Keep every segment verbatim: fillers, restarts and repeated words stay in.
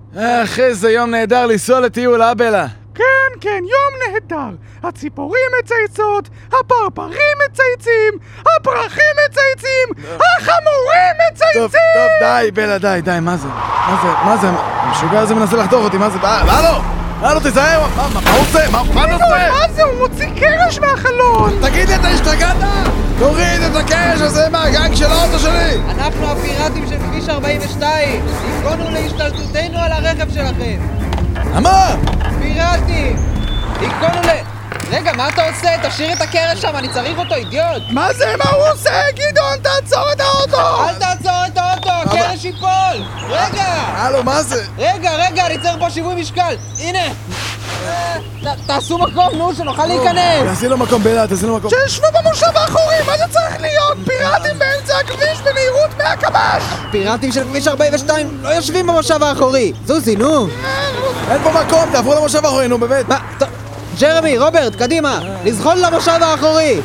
איך, איזה יום נהדר לנסוע לטיול, אה בלה? כן, כן, יום נהדר. הציפורים מצייצות, הפרפרים מצייצים, הפרחים מצייצים, החמורים מצייצים! טוב, טוב, די, בלה, די, די, מה זה? מה זה? מה זה? המשוגע הזה מנסה לחתוך אותי, מה זה? הלו! הלו, תיזהר! מה, מה הוא עושה? מה, מה אתה עושה? מה זה? הוא מוציא קרש מהחלון! תגיד לי, אתה השתגעת? תוריד את הקרש הזה מהגג של האוטו שלי! אנחנו הפיראטים של כביש ארבעים ושתיים! הגענו להשתלטותנו על הרכב שלכם! מה? פיראטים! הגענו ל... רגע, מה אתה עושה? תשאיר את הקרש שם, אני צריך אותו, אידיוט! מה זה? מה הוא עושה? גדעון, תעצור את האוטו! אל תעצור את האוטו, הקרש ייפול! רגע! הלו, מה זה? רגע, רגע, אני צריך פה שיווי משקל! הנה! תעשו מקום, נו, שנוכל להיכנס! תעשי לו מקום, בלה, תעשי לו מקום. שישבו במושב האחורי, מה זה צריך להיות? פיראטים באמצע הכביש במהירות מאה קמ"ש! פיראטים של כביש ארבעים ושתיים לא יושבים במושב האחורי! זוזי, נו! אין פה מקום, תעברו למושב האחורי, נו, באמת. מה? טוב, ג'רמי, רוברט, קדימה! לזחול למושב האחורי!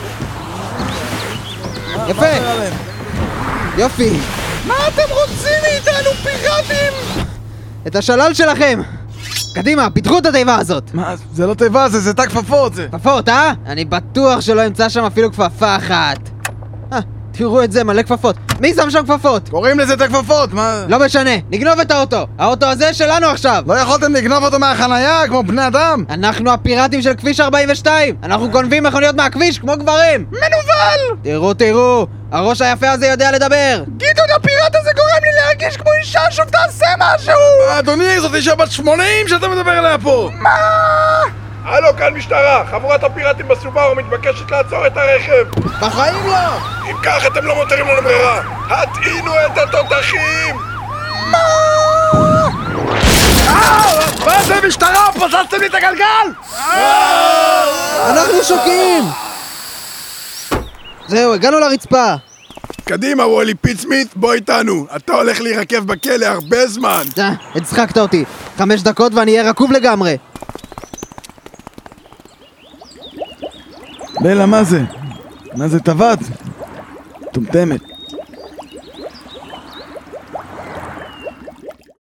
יפה! יופי! מה אתם רוצים מאיתנו, פיראטים? את השלל שלכם! קדימה, פיתחו את התיבה הזאת! מה, זה לא תיבה, זה זה תא כפפות, זה. כפפות, אה? אני בטוח שלא אמצא שם אפילו כפפה אחת! אה, תראו את זה, מלא כפפות! מי שם שם כפפות? קוראים לזה תא כפפות, מה? לא משנה, נגנוב את האוטו! האוטו הזה שלנו עכשיו! לא יכולתם לגנוב אותו מהחנייה כמו בני אדם? אנחנו הפיראטים של כביש ארבעים ושתיים! אנחנו גונבים מכוניות מהכביש כמו גברים! מנוול! תראו, תראו! הראש היפה הזה יודע לדבר! גדעון, הפיראט הזה גורם לי להרגיש כמו אישה, שוב תעשה משהו! אדוני, זאת אישה בת שמונים שאתה מדבר עליה פה! מה? הלו, כאן משטרה! חבורת הפיראטים בסובארו מתבקשת לעצור את הרכב! בחיים לא! אם כך אתם לא מותרים לנו ברירה! הטעינו את התותחים! מה זה משטרה? פססתם לי את הגלגל! אנחנו שוקעים! זהו, הגענו לרצפה! קדימה, וולי פיטסמית, בוא איתנו! אתה הולך להירקב בכלא הרבה זמן! אה, הצחקת אותי. חמש דקות ואני אהיה רקוב לגמרי. בלה, מה זה? מה זה טבעת? טומטמת.